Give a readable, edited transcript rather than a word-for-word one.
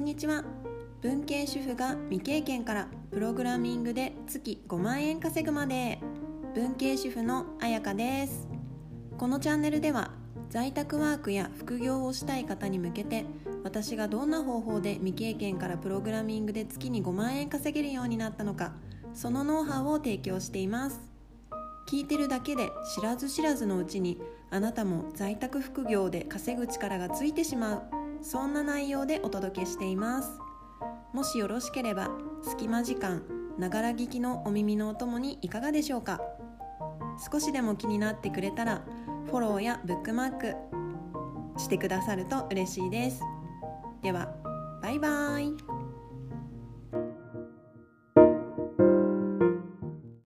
んにちは。文系主婦が未経験からプログラミングで月5万円稼ぐまで。文系主婦のあやかです。このチャンネルでは在宅ワークや副業をしたい方に向けて、私がどんな方法で未経験からプログラミングで月に5万円稼げるようになったのか、そのノウハウを提供しています。聞いてるだけで知らず知らずのうちに、あなたも在宅副業で稼ぐ力がついてしまう、そんな内容でお届けしています。もしよろしければ隙間時間、ながら聞きのお耳のお供にいかがでしょうか。少しでも気になってくれたらフォローやブックマークしてくださると嬉しいです。ではバイバイ。